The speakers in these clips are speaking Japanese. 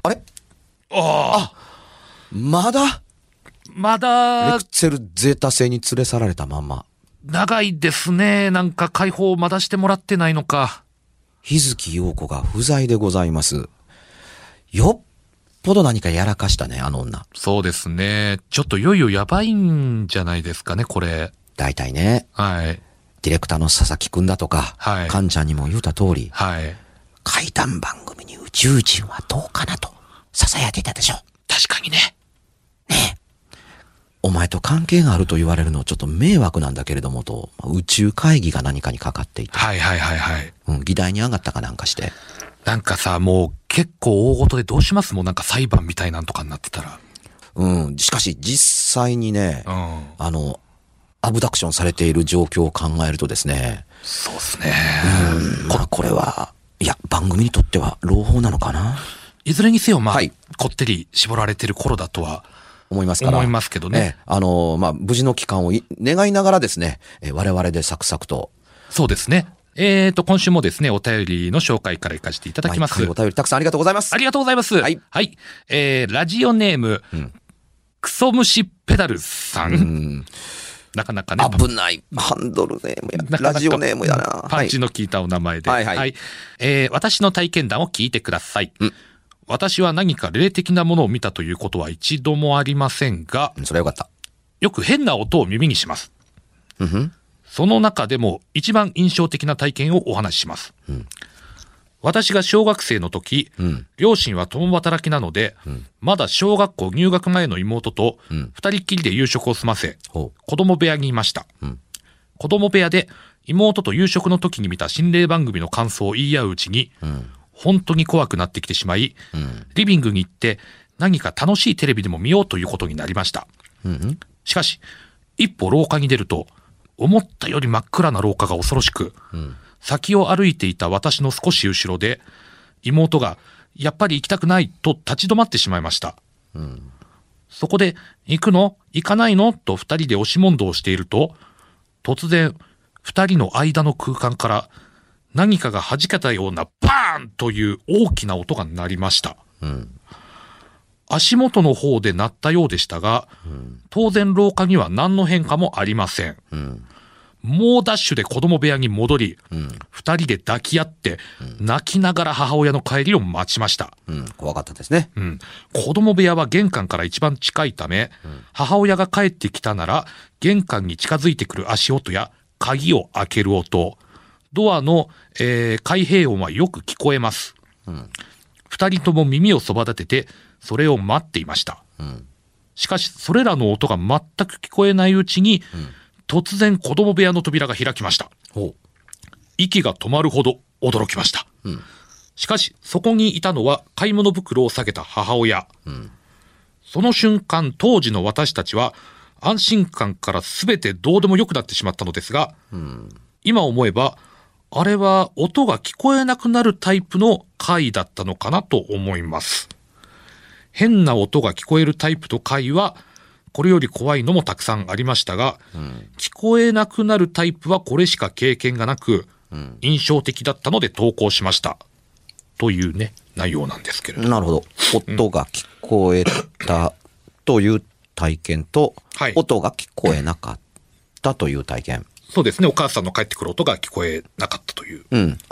あれあまだまレだクツェルゼータ星に連れ去られたまんま。 長いですね。なんか解放まだしてもらってないのか。 日月陽子が不在でございます。よっぽど何かやらかしたね、あの女。 そうですね。ちょっといよいよやばいんじゃないですかね、これ。 大体ね、 はい。 ディレクターの佐々木くんだとか、 はいカンちゃんにも言うた通り、 はい。 怪談番組に宇宙人はどうかなと、囁いていたでしょ。 確かにね。 ねえ。お前と関係があると言われるのはちょっと迷惑なんだけれどもと、宇宙会議が何かにかかっていて、 はいはいはいはい。 議題に上がったかなんかして。 なんかさ、もう結構大事でどうします？もうなんか裁判みたいなんとかになってたら。 しかし実際にね、 うん。 アブダクションされている状況を考えるとですね、 そうですね。 まあこれは、いや、番組にとっては朗報なのかな。 いずれにせよ、まあ、 はいこってり絞られてる頃だとは思いますから。 思いますけどね。 まあ、無事の帰還を願いながらですね、我々でサクサクと。 そうですね。今週もですね、お便りの紹介からいかせていただきます。 お便りたくさんありがとうございます。 ありがとうございます。 はい。 はい。ラジオネーム、クソ虫ペダルさん。なかなかね。 危ない。ハンドルネームや。 なかなかラジオネームやな。 パンチの効いたお名前で。 はいはい。 はい。私の体験談を聞いてください。私は何か霊的なものを見たということは一度もありませんが、 それはよかった。 よく変な音を耳にします。その中でも一番印象的な体験をお話しします。私が小学生の時、両親は共働きなので、まだ小学校入学前の妹と二人っきりで夕食を済ませ、子供部屋にいました。子供部屋で妹と夕食の時に見た心霊番組の感想を言い合ううちに、本当に怖くなってきてしまい、リビングに行って何か楽しいテレビでも見ようということになりました。しかし、一歩廊下に出ると、思ったより真っ暗な廊下が恐ろしく、先を歩いていた私の少し後ろで、妹が、やっぱり行きたくないと立ち止まってしまいました。そこで、行くの？行かないの？と二人で押し問答をしていると、突然、二人の間の空間から何かが弾けたようなバーンという大きな音が鳴りました。足元の方で鳴ったようでしたが、当然廊下には何の変化もありません。猛ダッシュで子供部屋に戻り、二人で抱き合って、泣きながら母親の帰りを待ちました。 怖かったですね。 子供部屋は玄関から一番近いため、母親が帰ってきたなら、玄関に近づいてくる足音や鍵を開ける音、ドアの、開閉音はよく聞こえます。二人とも耳をそば立てて、それを待っていました。しかし、それらの音が全く聞こえないうちに、突然子供部屋の扉が開きました。息が止まるほど驚きました。しかし、そこにいたのは買い物袋を下げた母親。その瞬間、当時の私たちは、安心感から全てどうでもよくなってしまったのですが、今思えば、あれは音が聞こえなくなるタイプの怪だったのかなと思います。変な音が聞こえるタイプの怪は、これより怖いのもたくさんありましたが、聞こえなくなるタイプはこれしか経験がなく、印象的だったので投稿しました。というね、内容なんですけれど。 なるほど。音が聞こえたという体験と、音が聞こえなかったという体験。 そうですね。お母さんの帰ってくる音が聞こえなかったという。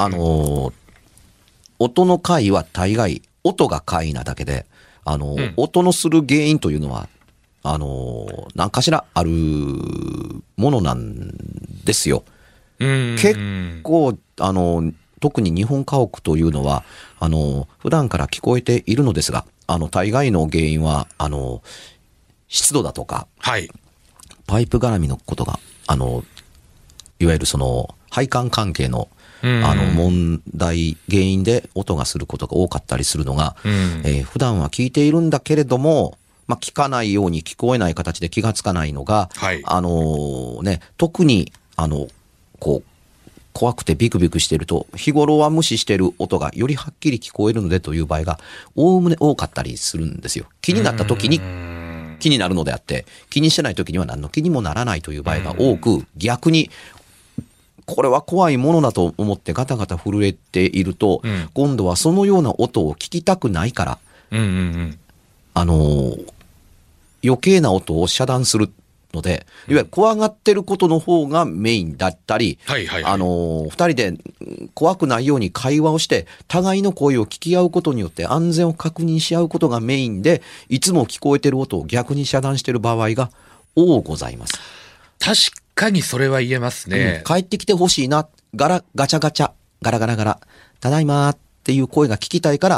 音の怪は大概、音が怪なだけで、音のする原因というのは、何かしらあるものなんですよ。結構、特に日本家屋というのは、普段から聞こえているのですが、大概の原因は、湿度だとか、パイプ絡みのことが、いわゆるその、配管関係の、問題、原因で音がすることが多かったりするのが、普段は聞いているんだけれども、聞かないように聞こえない形で気がつかないのが、特に、怖くてビクビクしていると、日頃は無視している音がよりはっきり聞こえるのでという場合が、おおむね多かったりするんですよ。気になった時に気になるのであって、気にしてない時には何の気にもならないという場合が多く、逆に、これは怖いものだと思ってガタガタ震えていると、今度はそのような音を聞きたくないから、 うんうんうん。 余計な音を遮断するので、いわゆる怖がってることの方がメインだったり、 はいはいはい。 二人で怖くないように会話をして、互いの声を聞き合うことによって安全を確認し合うことがメインで、いつも聞こえてる音を逆に遮断している場合が多ございます。 確かにそれは言えますね。 帰ってきてほしいな、ガチャガチャ、ガラガラガラ、ただいまっていう声が聞きたいから、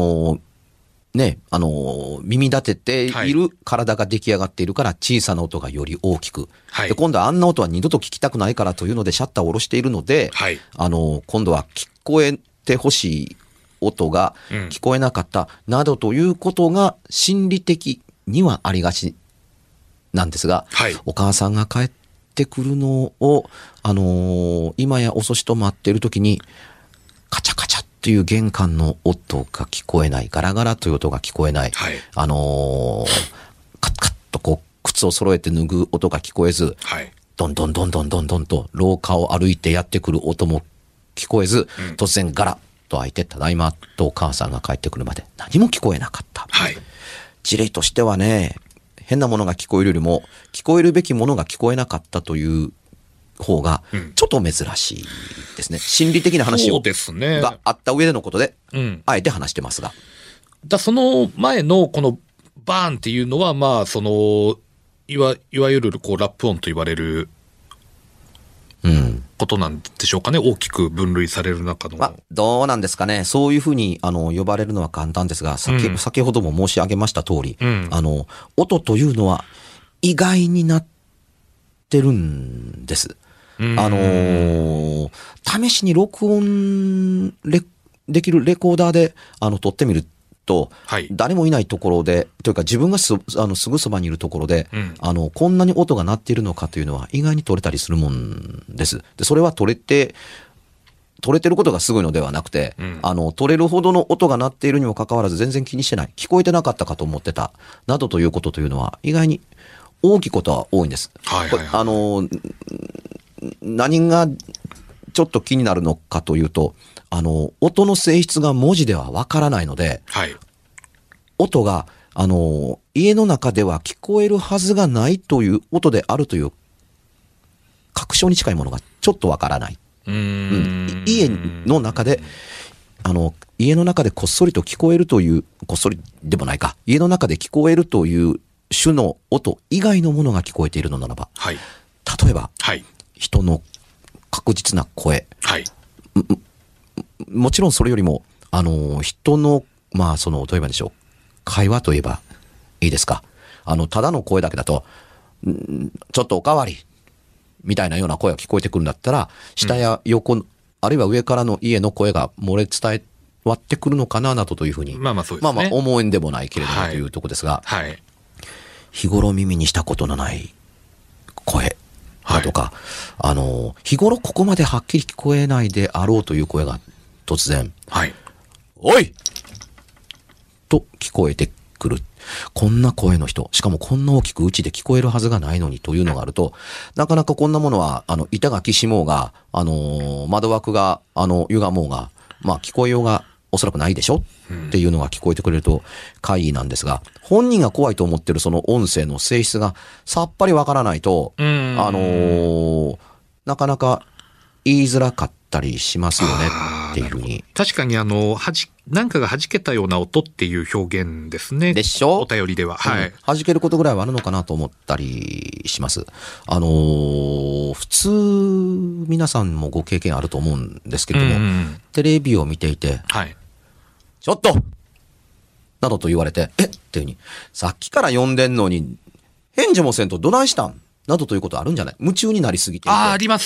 耳立てている体が出来上がっているから小さな音がより大きく。 はい、 で今度はあんな音は二度と聞きたくないからというのでシャッターを下ろしているので、 はい、 今度は聞こえてほしい音が聞こえなかったなどということが心理的にはありがちなんですが、 はい、 お母さんが帰ってくるのを、今や遅しと待っている時にカチャカチャっていう玄関の音が聞こえない、ガラガラという音が聞こえない、 はい、 カッカッとこう靴を揃えて脱ぐ音が聞こえず、 はい、 どんどんどんどんどんどんと廊下を歩いてやってくる音も聞こえず、突然ガラッと開いてただいまとお母さんが帰ってくるまで何も聞こえなかった。 はい、 事例としてはね、変なものが聞こえるよりも聞こえるべきものが聞こえなかったという方がちょっと珍しいですね。心理的な話をがあった上でのことで、あえて話してますが。 その前のこのバーンっていうのは、まあ、いわゆるこうラップ音と言われることなんでしょうかね。大きく分類される中の。 どうなんですかね。そういうふうに呼ばれるのは簡単ですが、先ほども申し上げました通り、音というのは意外になってるんです。試しに録音できるレコーダーで撮ってみると、はい、誰もいないところでというか自分がすぐそばにいるところで、こんなに音が鳴っているのかというのは意外に取れたりするもんです。でそれは取れてることがすごいのではなくて、取れるほどの音が鳴っているにもかかわらず全然気にしてない、聞こえてなかったかと思ってたなどということというのは意外に大きいことは多いんです。はいはいはい、何がちょっと気になるのかというと、音の性質が文字ではわからないので、はい、音が、家の中では聞こえるはずがないという音であるという確証に近いものがちょっとわからない。家の中で、家の中でこっそりと聞こえるという、こっそりでもないか、家の中で聞こえるという種の音以外のものが聞こえているのならば、はい、例えば、はい、人の確実な声、はい、もちろんそれよりも人のどう言えばいいでしょう、会話といえばいいですか、ただの声だけだとちょっとおかわりみたいなような声が聞こえてくるんだったら、下や横、あるいは上からの家の声が漏れ伝わってくるのかななどというふうに、そうですね、思うんでもないけれども、はい、というところですが、はい、日頃耳にしたことのない声だとか、はい、日頃ここまではっきり聞こえないであろうという声が突然、はい、おいと聞こえてくる。こんな声の人、しかもこんな大きくうちで聞こえるはずがないのにというのがあると、なかなかこんなものは、板がきしもうが、窓枠が、歪もうが、聞こえようがおそらくないでしょっていうのが聞こえてくれると怪異なんですが、本人が怖いと思ってるその音声の性質がさっぱりわからないと、なかなか言いづらかったりしますよねっていうふうに。 確かになんかが弾けたような音っていう表現ですね。 でしょ？ お便りでは。はい。 弾けることぐらいはあるのかなと思ったりします。普通、皆さんもご経験あると思うんですけれども、テレビを見ていて、はい。ちょっとなどと言われて、っていうふうに、さっきから呼んでんのに、返事もせんとどないしたんなどということあるんじゃない？夢中になりすぎていて。 あります。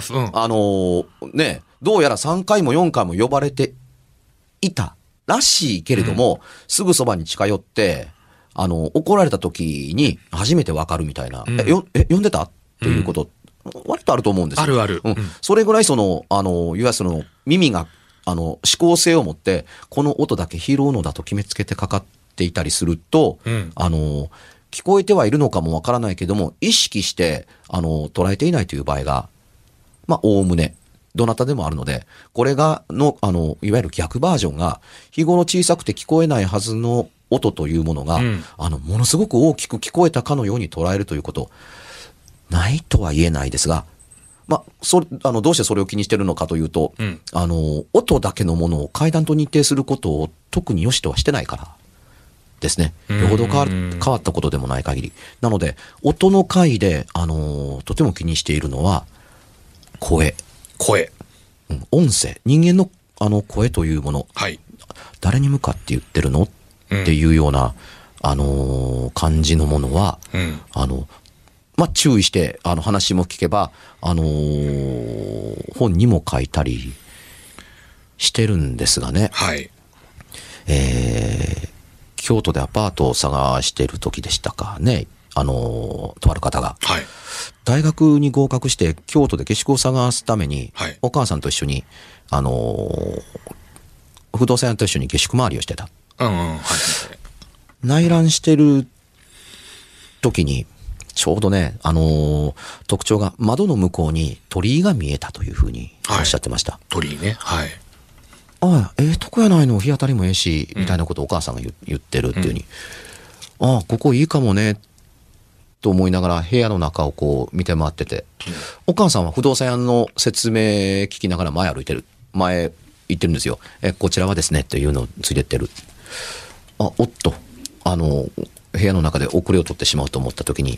ね、どうやら3回も4回も呼ばれていたらしいけれども、すぐそばに近寄って、怒られた時に初めてわかるみたいな、呼んでたっていうこと、割とあると思うんですよ。 あるある。 それぐらいいわゆる耳が、指向性を持って、この音だけ拾うのだと決めつけてかかっていたりすると、聞こえてはいるのかもわからないけども、意識して、捉えていないという場合が、おおむねどなたでもあるので、これがいわゆる逆バージョンが、日頃小さくて聞こえないはずの音というものが、ものすごく大きく聞こえたかのように捉えるということ、ないとは言えないですが、どうしてそれを気にしてるのかというと、音だけのものを階段と認定することを特に良しとはしてないからですね。よほど変わったことでもない限り。なので、音の回で、とても気にしているのは、声。音声。人間の、声というもの。 はい。 誰に向かって言ってるのっていうような、感じのものは、注意して、話も聞けば、本にも書いたりしてるんですがね。 はい。 京都でアパートを探してる時でしたかね。とある方が。 はい。 大学に合格して京都で下宿を探すために、 はい、 お母さんと一緒に、不動産屋と一緒に下宿回りをしてた。内覧してる時に、ちょうどね、特徴が窓の向こうに鳥居が見えたというふうにおっしゃってました。 鳥居ね。はい。 ああ、とこやないの、日当たりもええし、みたいなことをお母さんが言ってるっていうふうに。ああ、ここいいかもね、と思いながら部屋の中をこう見て回ってて、お母さんは不動産屋の説明聞きながら前行ってるんですよ。こちらはですね、っていうのをついてってる。おっと、部屋の中で遅れを取ってしまうと思った時に、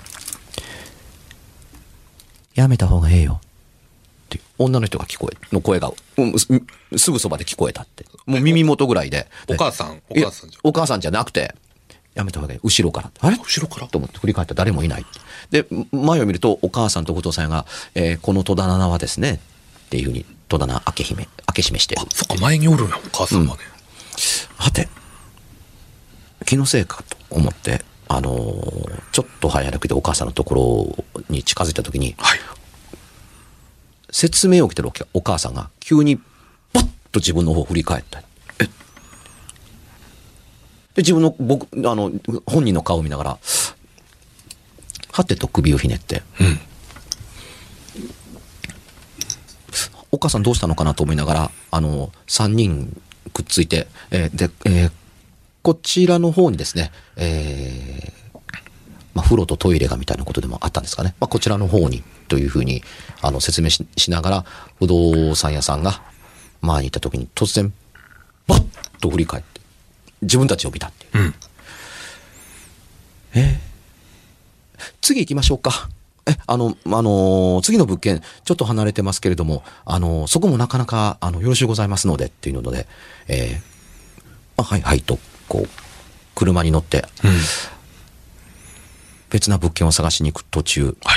やめた方がええよ。って女の人がの声が、すぐそばで聞こえたって。もう耳元ぐらいで。 お母さんじゃなくて、やめた方がいい。後ろから。あれ後ろからと思って振り返ったら誰もいない。で、前を見るとお母さんと不動産屋が、この戸棚はですね、っていうふうに戸棚開け閉めしてる。 そっか、前におるな、お母さんがね。 はて、気のせいかと思って、ちょっと早歩きでお母さんのところに近づいたときに、 はい、 説明を受けてるお母さんが急にパッと自分の方を振り返った。で、自分の本人の顔を見ながら、はてと首をひねって、お母さんどうしたのかなと思いながら、3人くっついて、こちらの方にですね、風呂とトイレがみたいなことでもあったんですかね。こちらの方にというふうに説明 しながら、不動産屋さんが前に行った時に突然、バッと振り返って、自分たちを見たっていう。次行きましょうか。次の物件、ちょっと離れてますけれども、そこもなかなか、よろしゅうございますので、っていうので、はい、はい、と、こう、車に乗って、別な物件を探しに行く途中、 はい、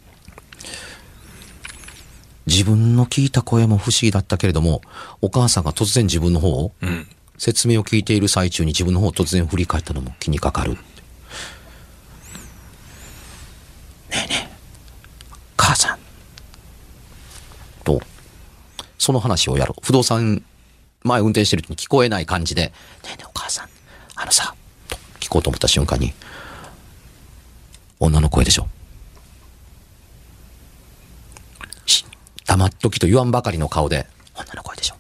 自分の聞いた声も不思議だったけれども、お母さんが突然自分の方を、説明を聞いている最中に自分の方を突然振り返ったのも気にかかる。ねえねえ、母さん。と、その話をやろう。不動産、前運転してる時に聞こえない感じで、ねえねえお母さん、さ、と聞こうと思った瞬間に、女の声でしょ。黙っときと言わんばかりの顔で、女の声でしょ。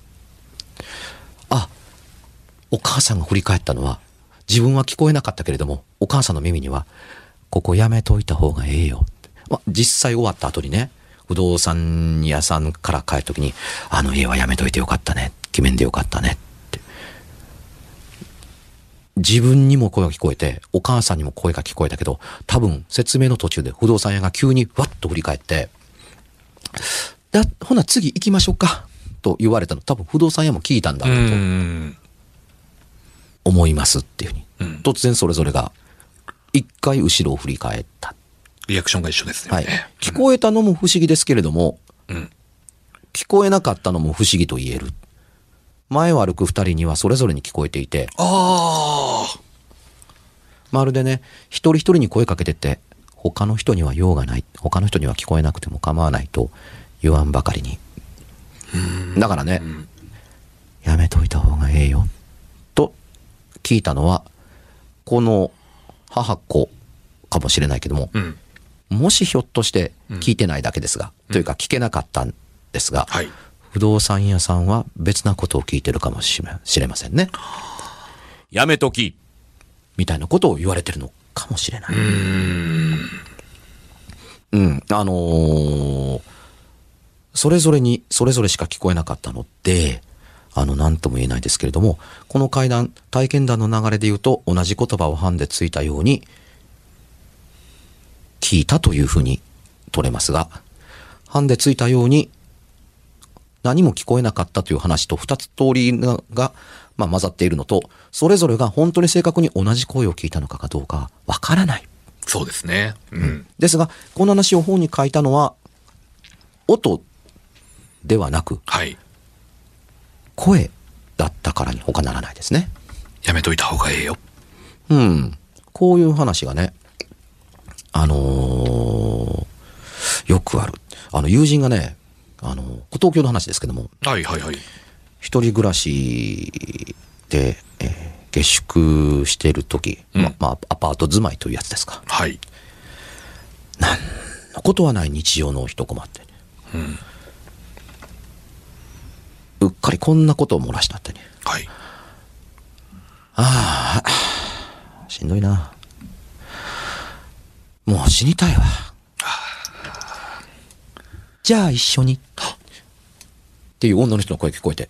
お母さんが振り返ったのは、自分は聞こえなかったけれども、お母さんの耳には、ここやめといた方がええよ。実際終わった後にね、不動産屋さんから帰るときに、家はやめといてよかったね。決めんでよかったね。って。自分にも声が聞こえて、お母さんにも声が聞こえたけど、多分説明の途中で不動産屋が急にわっと振り返って、ほな次行きましょうか。と言われたの、多分不動産屋も聞いたんだろうと。思いますっていうふうに、突然それぞれが一回後ろを振り返った。 リアクションが一緒ですね。はい。 聞こえたのも不思議ですけれども、聞こえなかったのも不思議と言える。前を歩く二人にはそれぞれに聞こえていて、まるでね、一人一人に声かけてて、他の人には用がない、他の人には聞こえなくても構わないと言わんばかりに。だからね、やめといた方がええよ。聞いたのはこの母子かもしれないけども、もしひょっとして聞いてないだけですが、というか聞けなかったですが、 はい。 不動産屋さんは別なことを聞いてるかもしれませんね。やめときみたいなことを言われてるのかもしれない。それぞれにそれぞれしか聞こえなかったので、なんとも言えないですけれども、この体験談の流れで言うと、同じ言葉をハンでついたように聞いたというふうに取れますが、ハンでついたように何も聞こえなかったという話と二つ通りが、混ざっているのと、それぞれが本当に正確に同じ声を聞いたのかどうかわからない。 そうですね。 ですが、この話を本に書いたのは、音ではなく、 はい。 声だったからに他ならないですね。 やめといた方がええよ。 こういう話がね、よくある。友人がね、東京の話ですけども、 はいはいはい。 一人暮らしで、下宿している時、アパート住まいというやつですか。 はい。 なんのことはない日常の一コマって、ね、うっかりこんなことを漏らしたってね。 はい。 しんどいな。もう死にたいわ。じゃあ一緒に。っていう女の人の声聞こえて、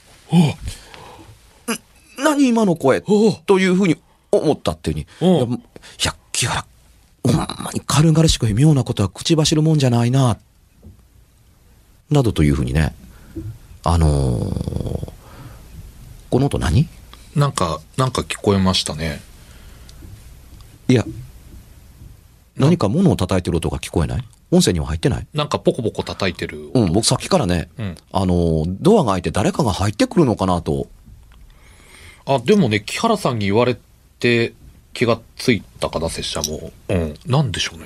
何今の声というふうに思ったっていうふうに、いや、木原、ほんまに軽々しく妙なことは口走るもんじゃないな、などというふうにね、この音何？ なんか聞こえましたね。 いや、何か物を叩いてる音が聞こえない？音声には入ってない？ なんかポコポコ叩いてる。 僕さっきからね、ドアが開いて誰かが入ってくるのかなと。 でもね、木原さんに言われて気がついたかな、拙者も。なんでしょうね。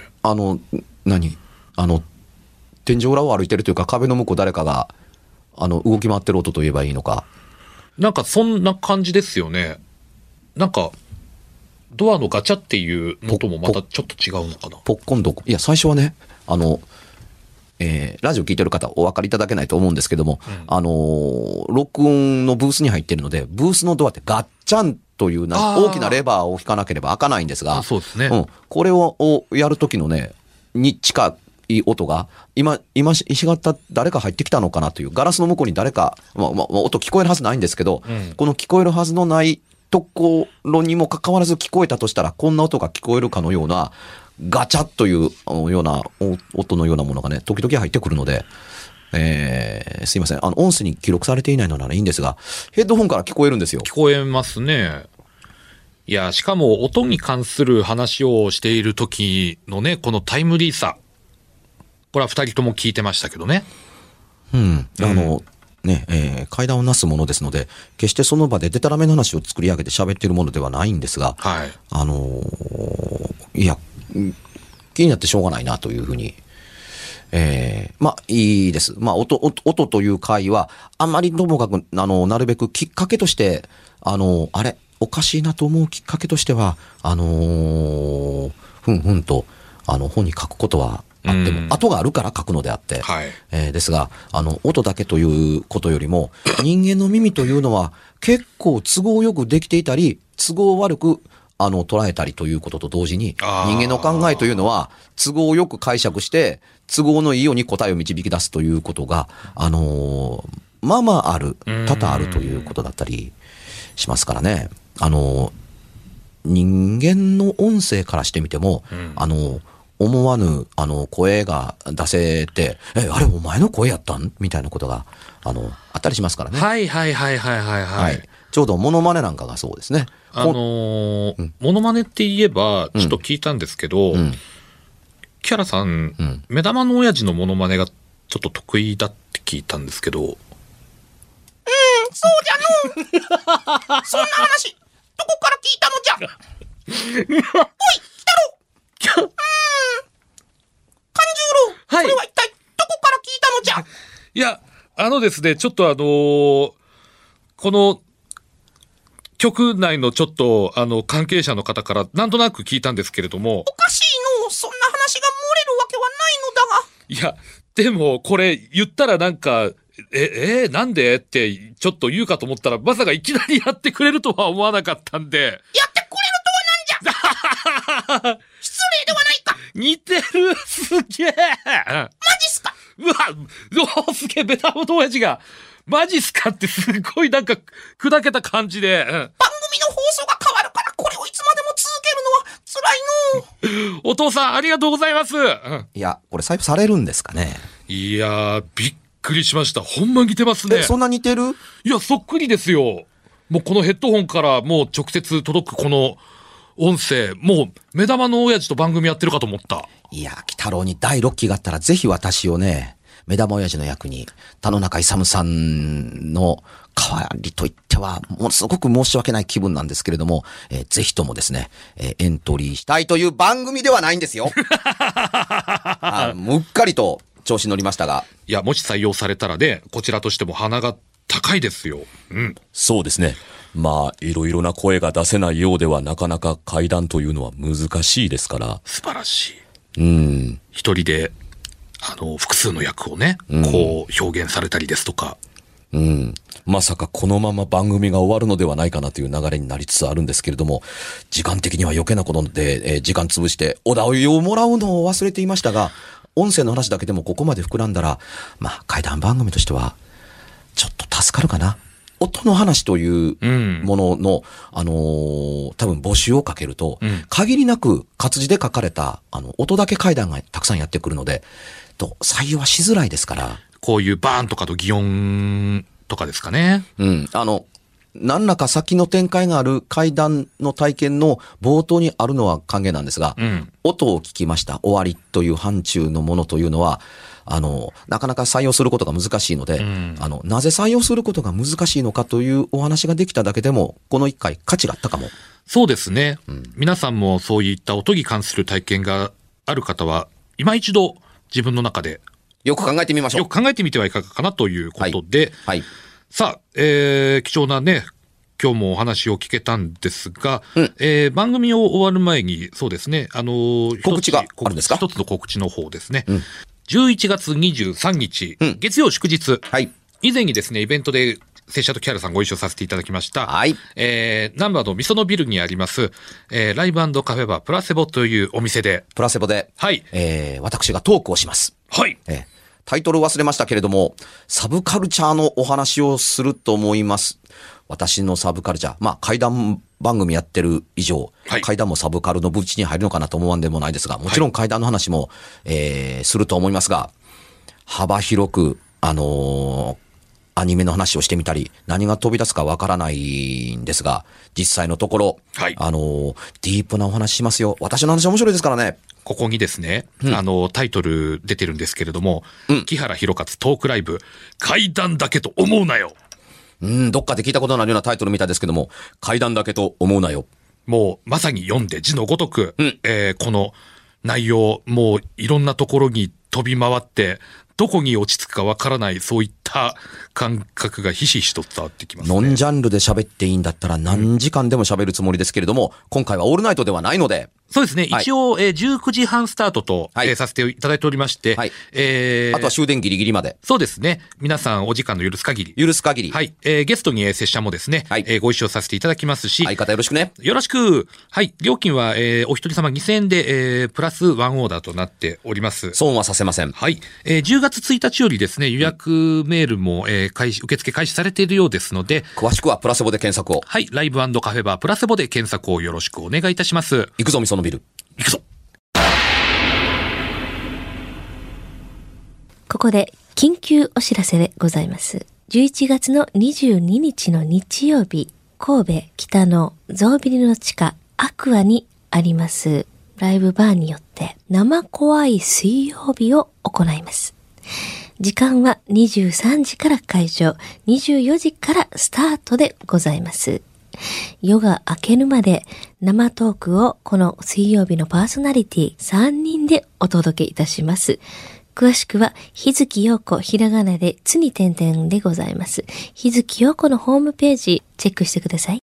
天井裏を歩いてるというか、壁の向こう誰かが、動き回ってる音と言えばいいのか。 なんかそんな感じですよね。なんか、ドアのガチャっていうのともまたちょっと違うのかな。 ポッコンドいや、最初はね、ラジオ聞いてる方お分かりいただけないと思うんですけども、録音のブースに入っているので、ブースのドアってガッチャンという大きなレバーを引かなければ開かないんですが、 そうですね。 これをやるときのね、に近い音が、今、石形誰か入ってきたのかなという、ガラスの向こうに誰か、音聞こえるはずないんですけど、この聞こえるはずのないところにもかかわらず聞こえたとしたら、こんな音が聞こえるかのような、ガチャッというような音のようなものがね、時々入ってくるので、すいません。音声に記録されていないのならいいんですが、ヘッドホンから聞こえるんですよ。 聞こえますね。いや、しかも音に関する話をしている時のね、このタイムリーさ。これは二人とも聞いてましたけどね。階段をなすものですので、決してその場でデタラメの話を作り上げて喋っているものではないんですが、 はい。 いや、気になってしょうがないなというふうに。いいです。音という回は、あまりともかく、なるべくきっかけとして、おかしいなと思うきっかけとしては、と、本に書くことはあっても、後があるから書くのであって、 はい。 ですが、音だけということよりも、人間の耳というのは、結構都合よくできていたり、都合悪く、捉えたりということと同時に、人間の考えというのは、都合よく解釈して、都合のいいように答えを導き出すということが、多々あるということだったりしますからね。人間の音声からしてみても、思わぬ、声が出せて、あれお前の声やったんみたいなことが、あったりしますからね。 はい。 ちょうどモノマネなんかがそうですね。 モノマネって言えば、ちょっと聞いたんですけど、木原さん、目玉の親父のモノマネがちょっと得意だって聞いたんですけど。 そうじゃのそんな話、どこから聞いたのじゃおい、来たろ勘十郎、 はい、 これは一体どこから聞いたのじゃ。 いや、ですね、ちょっとこの、局内のちょっと、関係者の方からなんとなく聞いたんですけれども。 おかしいの、そんな話が漏れるわけはないのだが。 いや、 でも、これ言ったらなんか、なんでってちょっと言うかと思ったら、まさかいきなりやってくれるとは思わなかったんで。 やってくれるとはなんじゃ失礼ではないか。 似てる、すげえ。 マジっすか。 うわ、すげえ、ベタボト親父が。マジっすかってすごいなんか砕けた感じで。 番組の放送が変わるからこれをいつまでも続けるのは辛いの。 お父さんありがとうございます。 いや、これ採用されるんですかね。 いやー、びっくりしました。ほんま似てますね。 そんな似てる？ いや、そっくりですよ。もうこのヘッドホンからもう直接届くこの音声、もう目玉の親父と番組やってるかと思った。 いや、鬼太郎に第6期があったらぜひ私をね、目玉親父の役に、田野中勇さんの代わりといっては、ものすごく申し訳ない気分なんですけれども、ぜひともですね、エントリーしたいという番組ではないんですよ。うっかりと調子乗りましたが。 いや、もし採用されたらね、こちらとしても鼻が高いですよ。うん。 そうですね。まあ、いろいろな声が出せないようではなかなか怪談というのは難しいですから。 素晴らしい。一人で、複数の役をね、こう表現されたりですとか。 まさかこのまま番組が終わるのではないかなという流れになりつつあるんですけれども、時間的には余計なことで、時間潰してお題をもらうのを忘れていましたが、音声の話だけでもここまで膨らんだら、まあ、怪談番組としては、ちょっと助かるかな。音の話というものの、多分募集をかけると、限りなく活字で書かれた、音だけ怪談がたくさんやってくるので、採用はしづらいですから。 こういうバーンとかと擬音とかですかね。 何らか先の展開がある怪談の体験の冒頭にあるのは歓迎なんですが、音を聞きました、終わりという範疇のものというのは、なかなか採用することが難しいので、なぜ採用することが難しいのかというお話ができただけでも、この一回価値があったかも。 そうですね。皆さんもそういった音に関する体験がある方は、今一度自分の中でよく考えてみましょう。 よく考えてみてはいかがかなということで、 はい。 さあ、貴重なね、今日もお話を聞けたんですが、番組を終わる前に、そうですね、 告知があるんですか？ 一つの告知の方ですね。11月23日、月曜祝日、以前にですね、イベントで、拙者と木原さんご一緒させていただきました。 はい。 ナンバーのみそのビルにあります、ライブ&カフェバープラセボというお店で。 プラセボで。 はい。 私がトークをします。 はい。 タイトル忘れましたけれども、サブカルチャーのお話をすると思います。私のサブカルチャー。まあ、怪談番組やってる以上、怪談もサブカルのブチに入るのかなと思わんでもないですが、もちろん怪談の話も、すると思いますが、幅広く、アニメの話をしてみたり、何が飛び出すかわからないんですが、実際のところ、ディープなお話しますよ。私の話面白いですからね。 ここにですね、タイトル出てるんですけれども、木原博勝トークライブ、怪談だけと思うなよ。 どっかで聞いたことのあるようなタイトルみたいですけども、怪談だけと思うなよ。 もう、まさに読んで字のごとく、この内容、もういろんなところに飛び回って、どこに落ち着くかわからない、そういった感覚がひしひしと伝わってきますね。 ノンジャンルで喋っていいんだったら何時間でも喋るつもりですけれども、今回はオールナイトではないので。 そうですね。一応、19時半スタートと、させていただいておりまして、 あとは終電ギリギリまで。 そうですね。皆さんお時間の許す限り。 許す限り。 はい。ゲストに拙者もですね、ご一緒させていただきますし。 相方よろしくね。 よろしく。はい。料金は、お一人様2000円で、プラスワンオーダーとなっております。 損はさせません。 はい。10月1日よりですね、予約メールも、受付開始されているようですので。 詳しくはプラセボで検索を。 はい。ライブ&カフェバープラセボで検索をよろしくお願いいたします。 行くぞ、みそのビル。 行くぞ。 ここで緊急お知らせでございます。11月の22日の日曜日、神戸北のゾウビルの地下アクアにありますライブバーによって生怖い水曜日を行います。時間は23時から会場、24時からスタートでございます。夜が明けるまで生トークをこの水曜日のパーソナリティ3人でお届けいたします。詳しくは日月陽子ひらがなでつに点々でございます。日月陽子のホームページチェックしてください。